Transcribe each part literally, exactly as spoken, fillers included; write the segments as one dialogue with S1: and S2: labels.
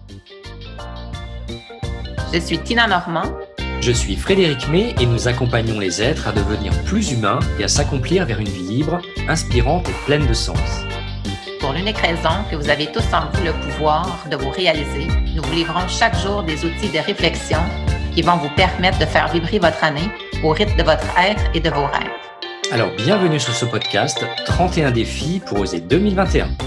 S1: Je suis Tina Normand.
S2: Je suis Frédéric May et nous accompagnons les êtres à devenir plus humains et à s'accomplir vers une vie libre, inspirante et pleine de sens.
S1: Pour l'unique raison que vous avez tous en vous le pouvoir de vous réaliser, nous vous livrons chaque jour des outils de réflexion qui vont vous permettre de faire vibrer votre année au rythme de votre être et de vos rêves.
S2: Alors bienvenue sur ce podcast trente et un défis pour oser deux mille vingt et un.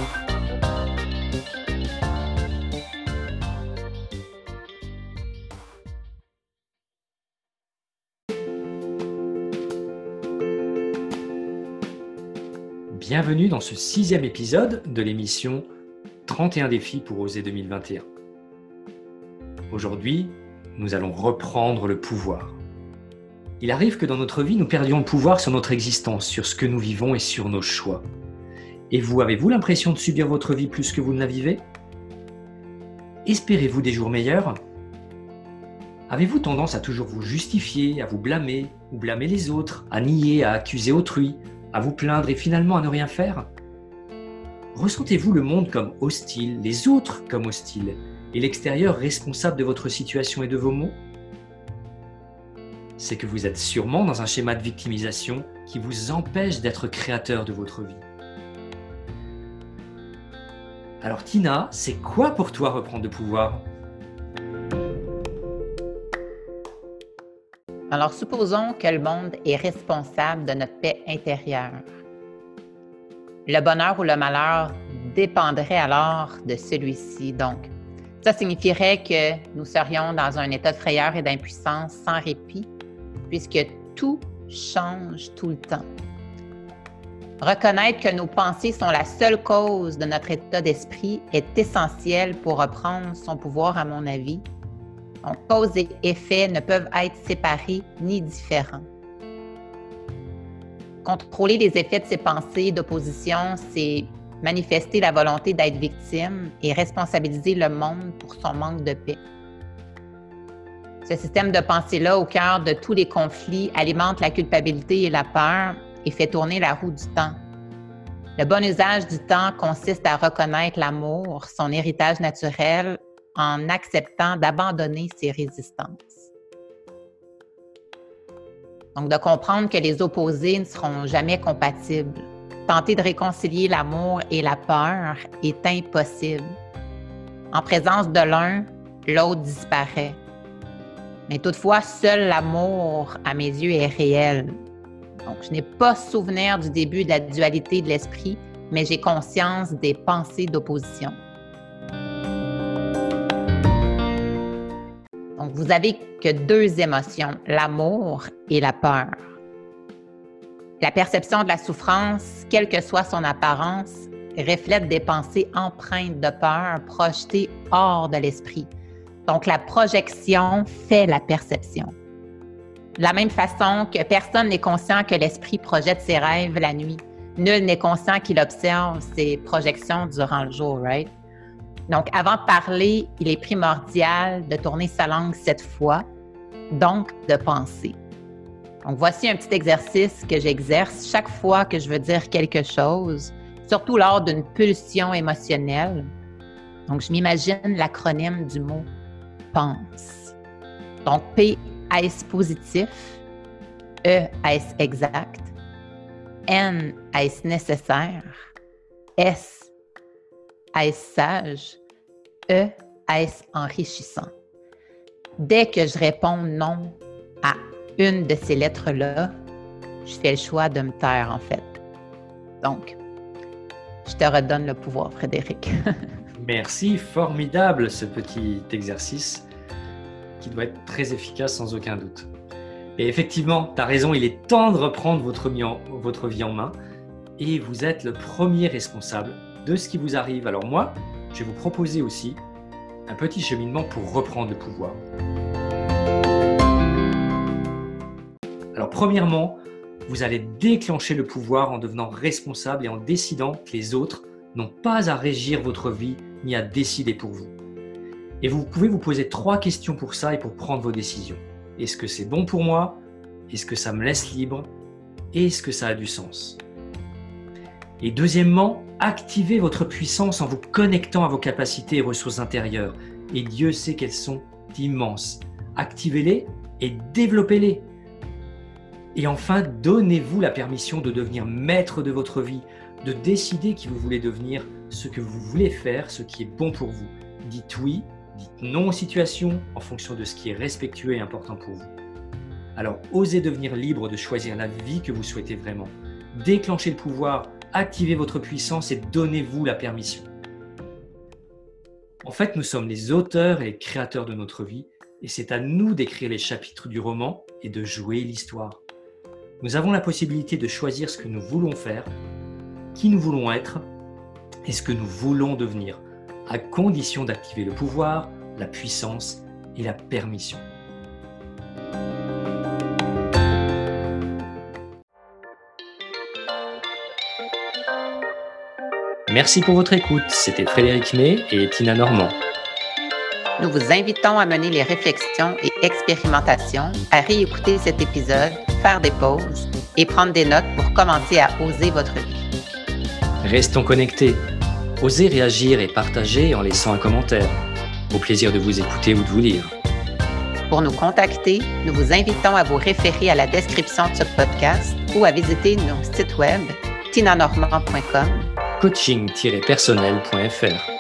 S2: Bienvenue dans ce sixième épisode de l'émission trente et un défis pour oser deux mille vingt et un. Aujourd'hui, nous allons reprendre le pouvoir. Il arrive que dans notre vie, nous perdions le pouvoir sur notre existence, sur ce que nous vivons et sur nos choix. Et vous, avez-vous l'impression de subir votre vie plus que vous ne la vivez ? Espérez-vous des jours meilleurs ? Avez-vous tendance à toujours vous justifier, à vous blâmer, ou blâmer les autres, à nier, à accuser autrui, à vous plaindre et finalement à ne rien faire ? Ressentez-vous le monde comme hostile, les autres comme hostiles, et l'extérieur responsable de votre situation et de vos maux ? C'est que vous êtes sûrement dans un schéma de victimisation qui vous empêche d'être créateur de votre vie. Alors Tina, c'est quoi pour toi reprendre le pouvoir ?
S1: Alors, supposons que le monde est responsable de notre paix intérieure. Le bonheur ou le malheur dépendrait alors de celui-ci. Donc, ça signifierait que nous serions dans un état de frayeur et d'impuissance sans répit, puisque tout change tout le temps. Reconnaître que nos pensées sont la seule cause de notre état d'esprit est essentiel pour reprendre son pouvoir, à mon avis. Donc, cause et effet ne peuvent être séparés ni différents. Contrôler les effets de ces pensées d'opposition, c'est manifester la volonté d'être victime et responsabiliser le monde pour son manque de paix. Ce système de pensée-là, au cœur de tous les conflits, alimente la culpabilité et la peur et fait tourner la roue du temps. Le bon usage du temps consiste à reconnaître l'amour, son héritage naturel, en acceptant d'abandonner ses résistances. Donc, de comprendre que les opposés ne seront jamais compatibles. Tenter de réconcilier l'amour et la peur est impossible. En présence de l'un, l'autre disparaît. Mais toutefois, seul l'amour, à mes yeux, est réel. Donc, je n'ai pas souvenir du début de la dualité de l'esprit, mais j'ai conscience des pensées d'opposition. Donc, vous n'avez que deux émotions, l'amour et la peur. La perception de la souffrance, quelle que soit son apparence, reflète des pensées empreintes de peur projetées hors de l'esprit. Donc, la projection fait la perception. De la même façon que personne n'est conscient que l'esprit projette ses rêves la nuit. Nul n'est conscient qu'il observe ses projections durant le jour, right? Donc, avant de parler, il est primordial de tourner sa langue sept fois, donc de penser. Donc, voici un petit exercice que j'exerce chaque fois que je veux dire quelque chose, surtout lors d'une pulsion émotionnelle. Donc, je m'imagine l'acronyme du mot « pense ». Donc, P, est-ce positif? E, est-ce exact? N, est-ce nécessaire? S, est-ce sage? E, est-ce enrichissant? Dès que je réponds non à une de ces lettres-là, je fais le choix de me taire, en fait. Donc, je te redonne le pouvoir, Frédéric.
S2: Merci, formidable ce petit exercice qui doit être très efficace sans aucun doute. Et effectivement, tu as raison, il est temps de reprendre votre vie, en, votre vie en main et vous êtes le premier responsable de ce qui vous arrive. Alors moi, je vais vous proposer aussi un petit cheminement pour reprendre le pouvoir. Alors premièrement, vous allez déclencher le pouvoir en devenant responsable et en décidant que les autres n'ont pas à régir votre vie ni à décider pour vous. Et vous pouvez vous poser trois questions pour ça et pour prendre vos décisions. Est-ce que c'est bon pour moi? Est-ce que ça me laisse libre? Et est-ce que ça a du sens? Et deuxièmement, activez votre puissance en vous connectant à vos capacités et ressources intérieures. et Dieu sait qu'elles sont immenses. Activez-les et développez-les. Et enfin, donnez-vous la permission de devenir maître de votre vie, de décider qui vous voulez devenir, ce que vous voulez faire, ce qui est bon pour vous. Dites oui, dites non aux situations en fonction de ce qui est respectueux et important pour vous. Alors, osez devenir libre de choisir la vie que vous souhaitez vraiment. Déclenchez le pouvoir, activez votre puissance et donnez-vous la permission. En fait, nous sommes les auteurs et les créateurs de notre vie et c'est à nous d'écrire les chapitres du roman et de jouer l'histoire. Nous avons la possibilité de choisir ce que nous voulons faire, qui nous voulons être et ce que nous voulons devenir, à condition d'activer le pouvoir, la puissance et la permission. Merci pour votre écoute. C'était Frédéric May et Tina Normand.
S1: Nous vous invitons à mener les réflexions et expérimentations, à réécouter cet épisode, faire des pauses et prendre des notes pour commencer à oser votre vie.
S2: Restons connectés. Osez réagir et partager en laissant un commentaire. Au plaisir de vous écouter ou de vous lire.
S1: Pour nous contacter, nous vous invitons à vous référer à la description de ce podcast ou à visiter nos sites web tina normand point com
S2: coaching tiret personnel point f r